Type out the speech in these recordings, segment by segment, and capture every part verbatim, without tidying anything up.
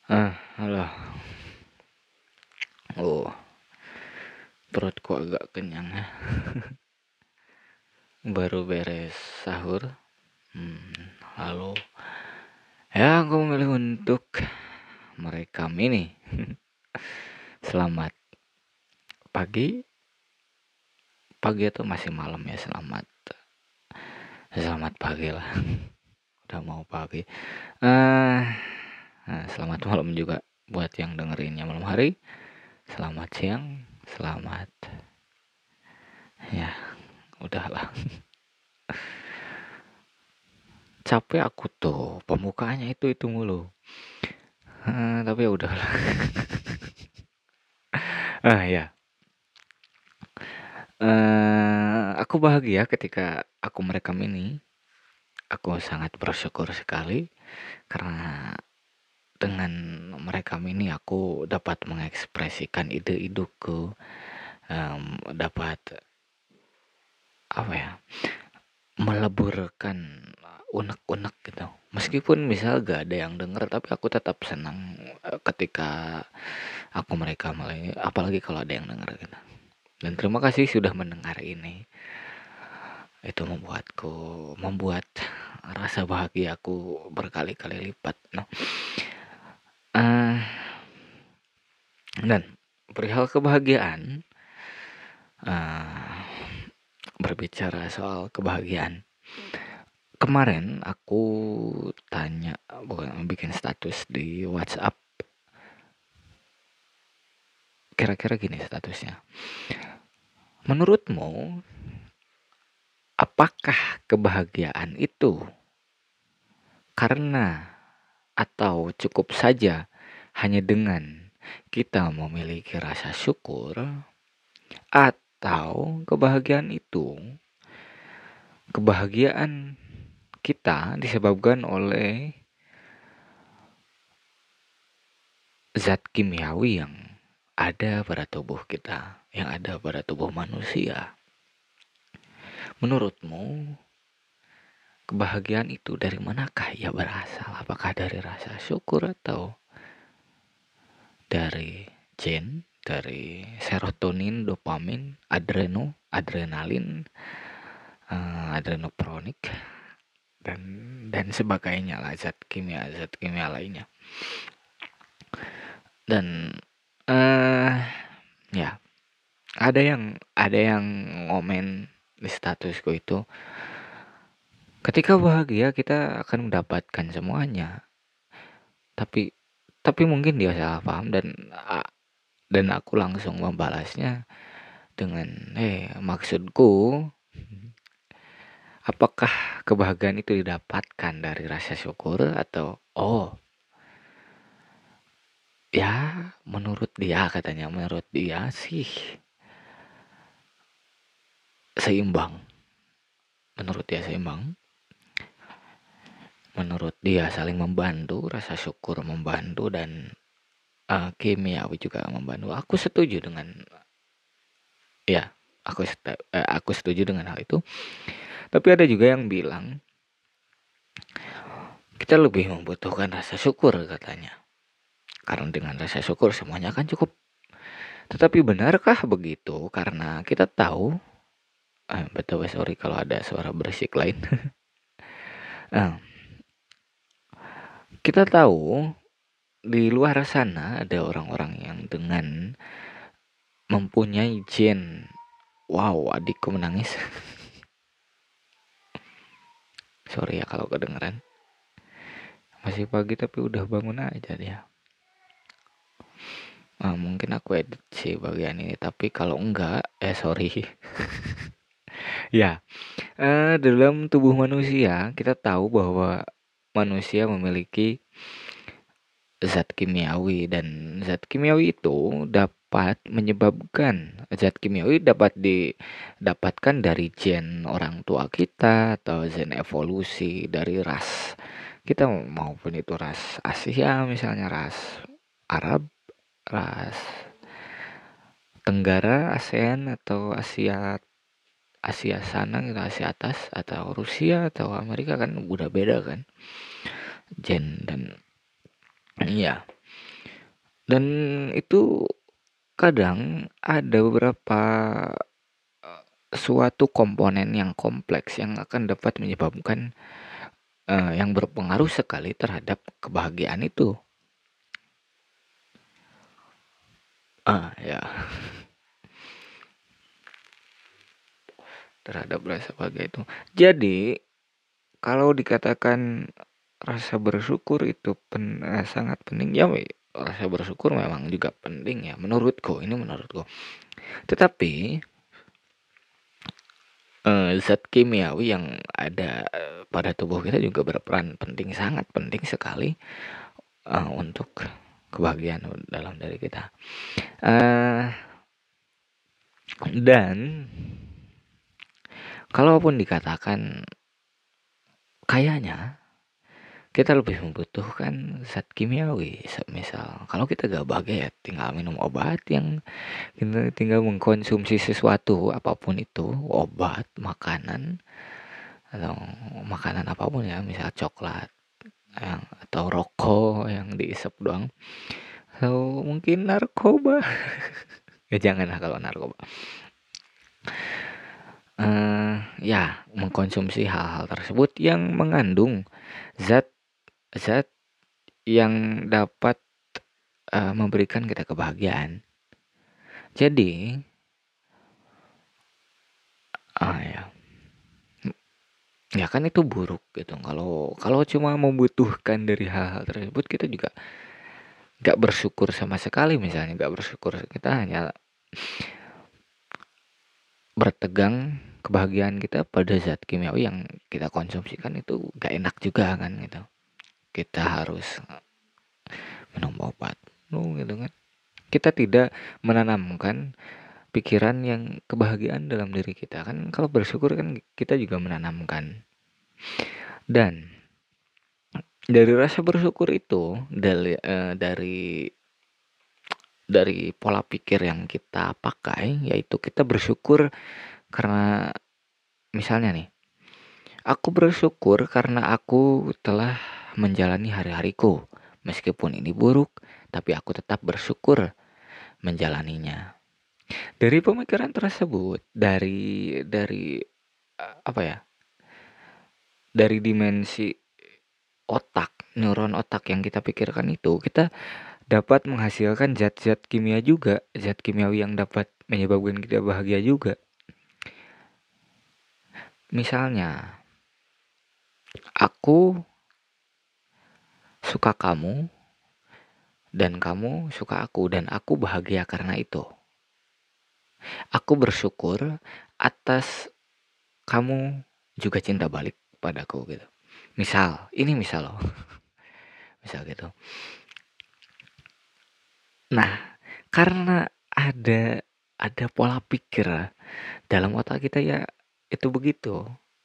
Ah, halo. Oh, perutku agak kenyang ya. Baru beres sahur. Hmm, lalu ya aku memilih untuk merekam ini. Selamat pagi. Pagi itu masih malam ya. Selamat selamat pagi lah. Udah mau pagi. Ah, nah, selamat malam juga buat yang dengerinnya malam hari. Selamat siang. Selamat. Ya, udahlah. Capek aku tuh. Pembukaannya itu itu mulu. Ah, tapi ya udahlah. Ah ya. Eh, aku bahagia ketika aku merekam ini. Aku sangat bersyukur sekali karena dengan merekam ini aku dapat mengekspresikan ide-ideku, em, dapat apa ya, meleburkan unek-unek gitu. Meskipun misal gak ada yang denger, tapi aku tetap senang eh, ketika aku merekam hal ini, apalagi kalau ada yang denger gitu. Dan terima kasih sudah mendengar ini. Itu membuatku membuat rasa bahagiaku berkali-kali lipat. Nah, eh, dan perihal kebahagiaan, eh, berbicara soal kebahagiaan. Kemarin aku tanya, bukan bikin status di WhatsApp. Kira-kira gini statusnya. Menurutmu, apakah kebahagiaan itu karena atau cukup saja hanya dengan kita memiliki rasa syukur, atau kebahagiaan itu kebahagiaan kita disebabkan oleh zat kimiawi yang ada pada tubuh kita, yang ada pada tubuh manusia. Menurutmu, kebahagiaan itu dari manakah ia berasal? Apakah dari rasa syukur atau dari gen, dari serotonin, dopamin, adreno, adrenalin, eh, adrenopronik, dan dan sebagainya lah, zat kimia zat kimia lainnya. Dan eh ya, ada yang ada yang ngomen di statusku itu, ketika bahagia kita akan mendapatkan semuanya. Tapi tapi mungkin dia salah paham, dan dan aku langsung membalasnya dengan, eh maksudku, apakah kebahagiaan itu didapatkan dari rasa syukur atau oh ya, menurut dia, katanya menurut dia sih seimbang. Menurut dia seimbang. Menurut dia saling membantu, rasa syukur membantu, dan uh, kimiawi juga membantu. Aku setuju dengan ya, aku setu- eh, aku setuju dengan hal itu. Tapi ada juga yang bilang kita lebih membutuhkan rasa syukur, katanya. Karena dengan rasa syukur semuanya akan cukup. Tetapi benarkah begitu? Karena kita tahu, eh, betul, sorry kalau ada suara berisik lain. Eh, kita tahu di luar sana ada orang-orang yang dengan mempunyai gen. Wow, adikku menangis. Sorry ya kalau kedengeran. Masih pagi tapi udah bangun aja dia. Nah, mungkin aku edit sih bagian ini, tapi kalau enggak, eh sorry. Ya, eh, dalam tubuh manusia kita tahu bahwa manusia memiliki zat kimiawi, dan zat kimiawi itu dapat menyebabkan zat kimiawi dapat didapatkan dari gen orang tua kita atau gen evolusi dari ras kita, maupun itu ras Asia, misalnya ras Arab, ras Tenggara, ASEAN, atau Asia Asia sana gitu, Asia atas, atau Rusia atau Amerika, kan udah beda kan gen dan iya. Dan itu kadang ada beberapa eee, suatu komponen yang kompleks yang akan dapat menyebabkan, eee, yang berpengaruh sekali terhadap kebahagiaan itu. Ah, ya, terhadap rasa bahagia itu. Jadi, kalau dikatakan rasa bersyukur itu pen eee, sangat penting, ya we rasa bersyukur memang juga penting ya, menurutku, ini menurutku. Tetapi, eee, zat kimiawi yang ada, eee, pada tubuh kita juga berperan penting, sangat penting sekali, eee, untuk kebahagiaan dalam diri kita. Eee, dan kalaupun dikatakan kayaknya kita lebih membutuhkan zat kimiawi, semisal kalau kita gak bahagia ya tinggal minum obat yang kita tinggal mengkonsumsi sesuatu apapun itu, obat, makanan, atau makanan apapun ya, misal coklat yang atau rokok yang diisep doang, atau mungkin narkoba. Ya janganlah kalau narkoba. Eee, ya mengkonsumsi hal-hal tersebut yang mengandung zat-zat yang dapat, eee, memberikan kita kebahagiaan. Jadi ah, ya, ya kan itu buruk gitu, kalau kalau cuma membutuhkan dari hal-hal tersebut kita juga nggak bersyukur sama sekali, misalnya nggak bersyukur, kita hanya bertegang kebahagiaan kita pada zat kimiawi yang kita konsumsikan, itu nggak enak juga kan gitu. Kita harus minum obat, oh gitu kan. Kita tidak menanamkan pikiran yang kebahagiaan dalam diri kita, kan kalau bersyukur kan kita juga menanamkan. Dan dari rasa bersyukur itu, dari eee, dari dari pola pikir yang kita pakai, yaitu kita bersyukur karena misalnya nih, aku bersyukur karena aku telah menjalani hari-hariku. Meskipun ini buruk, tapi aku tetap bersyukur menjalaninya. Dari pemikiran tersebut, dari dari eee, apa ya, dari dimensi otak, neuron otak yang kita pikirkan itu, kita dapat menghasilkan zat-zat kimia juga, zat kimiawi yang dapat menyebabkan kita bahagia juga. Misalnya, aku suka kamu dan kamu suka aku dan aku bahagia karena itu. Aku bersyukur atas kamu juga cinta balik padaku gitu. Misal, ini misal loh, misal gitu. Nah, karena ada ada pola pikir dalam otak kita ya itu begitu.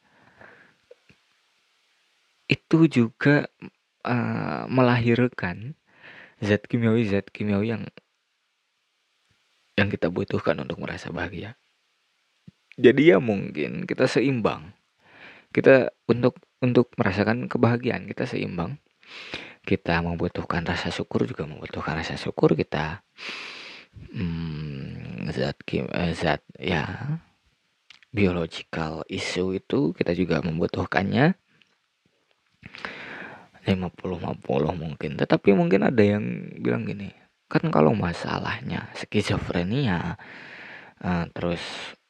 Itu juga, eee, melahirkan zat kimiawi-zat kimiawi yang yang kita butuhkan untuk merasa bahagia. Jadi ya mungkin kita seimbang. Kita untuk untuk merasakan kebahagiaan kita seimbang. Kita membutuhkan rasa syukur juga membutuhkan rasa syukur kita. Mmm, zat kim eee, zat ya biological issue itu kita juga membutuhkannya. lima puluh lima puluh mungkin, tetapi mungkin ada yang bilang gini, kan kalau masalahnya skizofrenia, eee, terus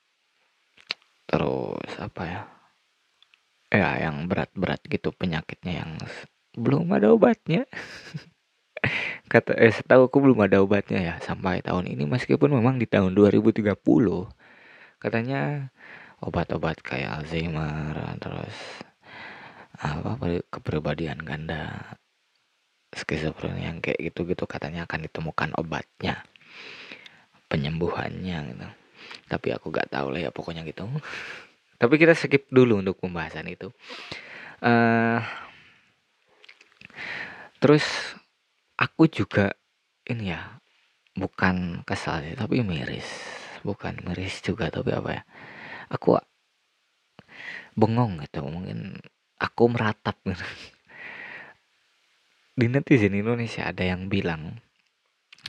terus apa ya, ya yang berat-berat gitu penyakitnya yang belum ada obatnya. Kata eh, setahuku belum ada obatnya ya sampai tahun ini, meskipun memang di tahun dua ribu tiga puluh katanya obat-obat kayak Alzheimer, terus apa, kepribadian ganda, skizofrenia yang kayak gitu-gitu katanya akan ditemukan obatnya, penyembuhannya gitu. Tapi aku gak tahu lah ya pokoknya gitu. Tapi kita skip dulu untuk pembahasan itu. Uh, terus aku juga ini ya, bukan kesal sih, tapi miris. Bukan miris juga, tapi apa ya, aku bengong gitu, mungkin aku meratap gitu. Di netizen Indonesia ada yang bilang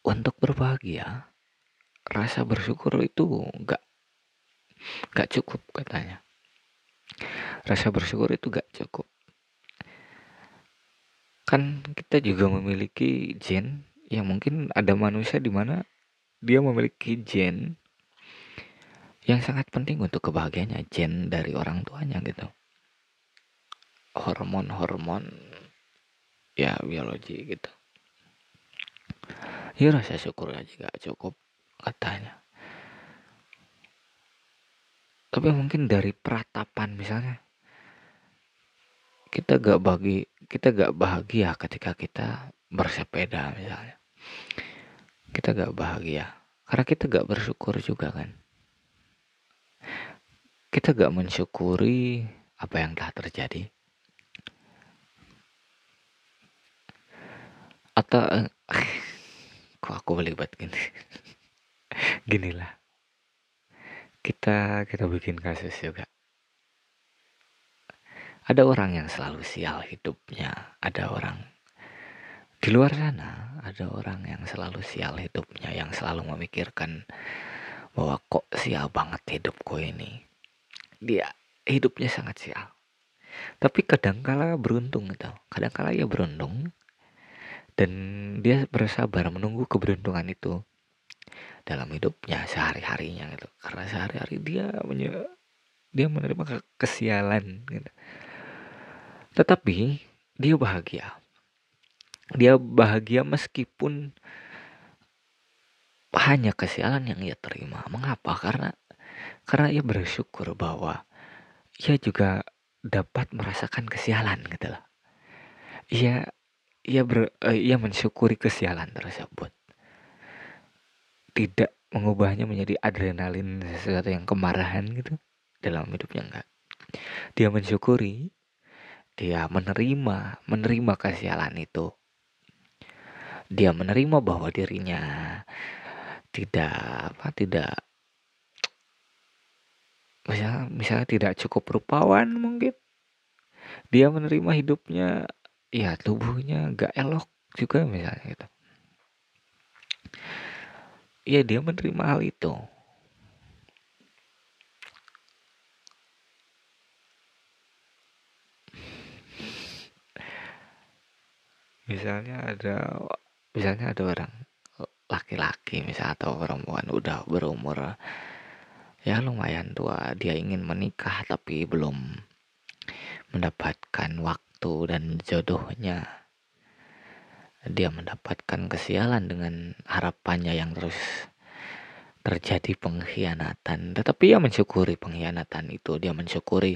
untuk berbahagia, rasa bersyukur itu nggak nggak cukup katanya. Rasa bersyukur itu nggak cukup. Kan kita juga memiliki gen yang mungkin ada manusia di mana dia memiliki gen yang sangat penting untuk kebahagiaannya, gen dari orang tuanya gitu. Hormon-hormon ya biologi gitu. Ya rasa syukur aja gak cukup katanya. Tapi mungkin dari peratapan misalnya kita gak bagi kita gak bahagia ketika kita bersepeda misalnya. Kita gak bahagia karena kita gak bersyukur juga kan. Kita gak mensyukuri apa yang telah terjadi. Atau eh, kok aku belibet gini. Ginilah. Kita kita bikin kasus juga. Ada orang yang selalu sial hidupnya, ada orang di luar sana, ada orang yang selalu sial hidupnya, yang selalu memikirkan bahwa kok sial banget hidupku ini. Dia hidupnya sangat sial. Tapi kadangkala beruntung gitu. Kadangkala ia beruntung dan dia bersabar menunggu keberuntungan itu dalam hidupnya sehari-harinya gitu. Karena sehari-hari dia menye- dia menerima ke- kesialan gitu. Tetapi dia bahagia. Dia bahagia meskipun hanya kesialan yang ia terima. Mengapa? Karena karena ia bersyukur bahwa ia juga dapat merasakan kesialan gitu loh. Ia ia ber, eh, ia mensyukuri kesialan tersebut. Tidak mengubahnya menjadi adrenalin sesuatu yang kemarahan gitu dalam hidupnya enggak. Dia mensyukuri, dia menerima, menerima kesialan itu. Dia menerima bahwa dirinya tidak apa tidak misalnya, misalnya tidak cukup rupawan mungkin. Dia menerima hidupnya ya tubuhnya gak elok juga misalnya gitu. Ya dia menerima hal itu. Misalnya ada misalnya ada orang laki-laki misalnya atau perempuan udah berumur ya lumayan tua, dia ingin menikah tapi belum mendapatkan waktu dan jodohnya. Dia mendapatkan kesialan dengan harapannya yang terus terjadi pengkhianatan. Tetapi ia mensyukuri pengkhianatan itu. Dia mensyukuri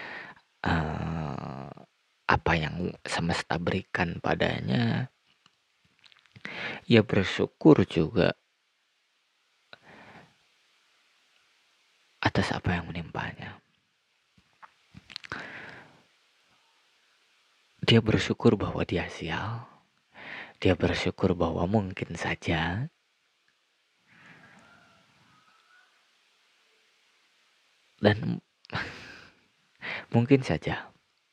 uh, apa yang semesta berikan padanya. Ia bersyukur juga atas apa yang menimpanya. Dia bersyukur bahwa dia sial. Dia bersyukur bahwa mungkin saja dan mungkin saja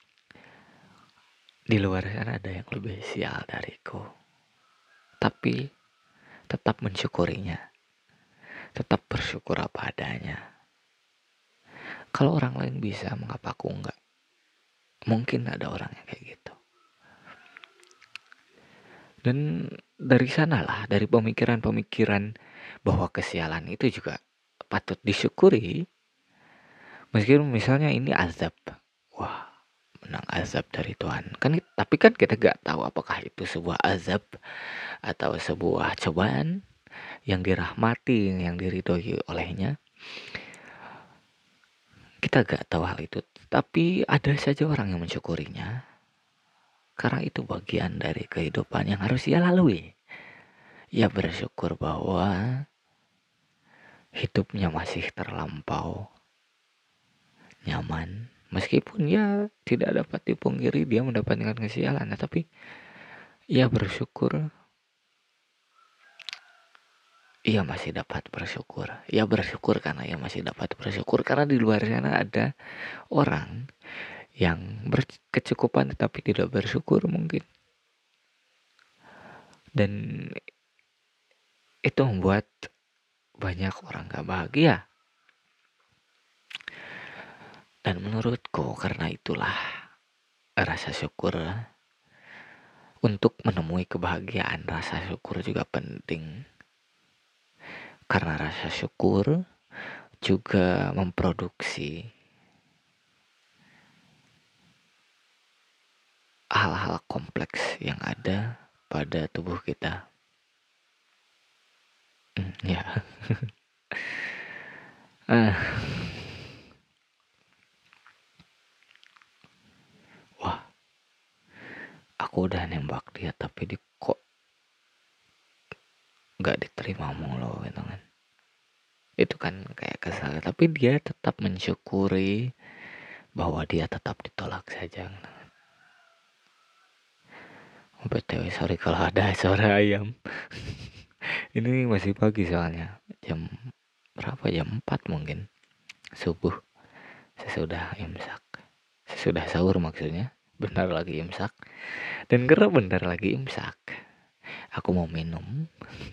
di luar sana ada yang lebih sial dariku. Tapi tetap mensyukurinya. Tetap bersyukur apa adanya. Kalau orang lain bisa, mengapa aku enggak? Mungkin ada orang yang kayak gitu. Dan dari sanalah, dari pemikiran-pemikiran bahwa kesialan itu juga patut disyukuri. Meskipun misalnya ini azab. Wah, menang azab dari Tuhan. Kan tapi kan kita gak tahu apakah itu sebuah azab atau sebuah cobaan yang dirahmati, yang diridhoi olehnya. Kita gak tahu hal itu. Tapi ada saja orang yang mensyukurinya. Karena itu bagian dari kehidupan yang harus ia lalui. Ia bersyukur bahwa hidupnya masih terlampau nyaman. Meskipun ya tidak dapat dipungkiri dia mendapatkan kesialan. Tapi ia bersyukur. Ia masih dapat bersyukur. Ia bersyukur karena ia masih dapat bersyukur. Karena di luar sana ada orang yang berkecukupan tetapi tidak bersyukur mungkin. Dan itu membuat banyak orang gak bahagia. Dan menurutku karena itulah rasa syukur, untuk menemui kebahagiaan rasa syukur juga penting. Karena rasa syukur juga memproduksi hal-hal kompleks yang ada pada tubuh kita. Hmm, ya. Ah, wah, aku udah nembak dia tapi di kok nggak diterima mulu gitu kan. Itu kan kayak kesal, tapi dia tetap mensyukuri bahwa dia tetap ditolak saja. B T W sorry kalau ada suara ayam. Ini masih pagi soalnya. Jam berapa? Jam empat mungkin. Subuh. Sesudah imsak. Sesudah sahur maksudnya. Bentar lagi imsak. Dan karena bentar lagi imsak, aku mau minum.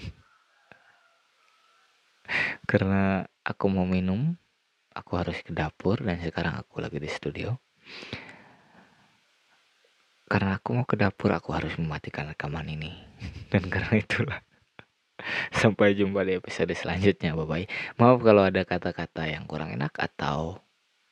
Karena aku mau minum, aku harus ke dapur dan sekarang aku lagi di studio. Karena aku mau ke dapur, aku harus mematikan rekaman ini. Dan karena itulah, sampai jumpa di episode selanjutnya. Bye-bye. Maaf kalau ada kata-kata yang kurang enak, atau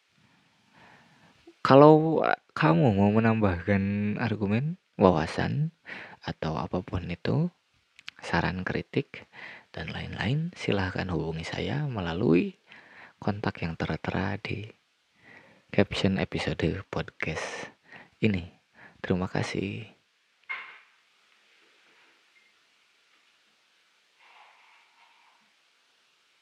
kalau kamu mau menambahkan argumen, wawasan, atau apapun itu, saran, kritik, dan lain-lain, silahkan hubungi saya melalui kontak yang tertera di caption episode podcast ini. Terima kasih.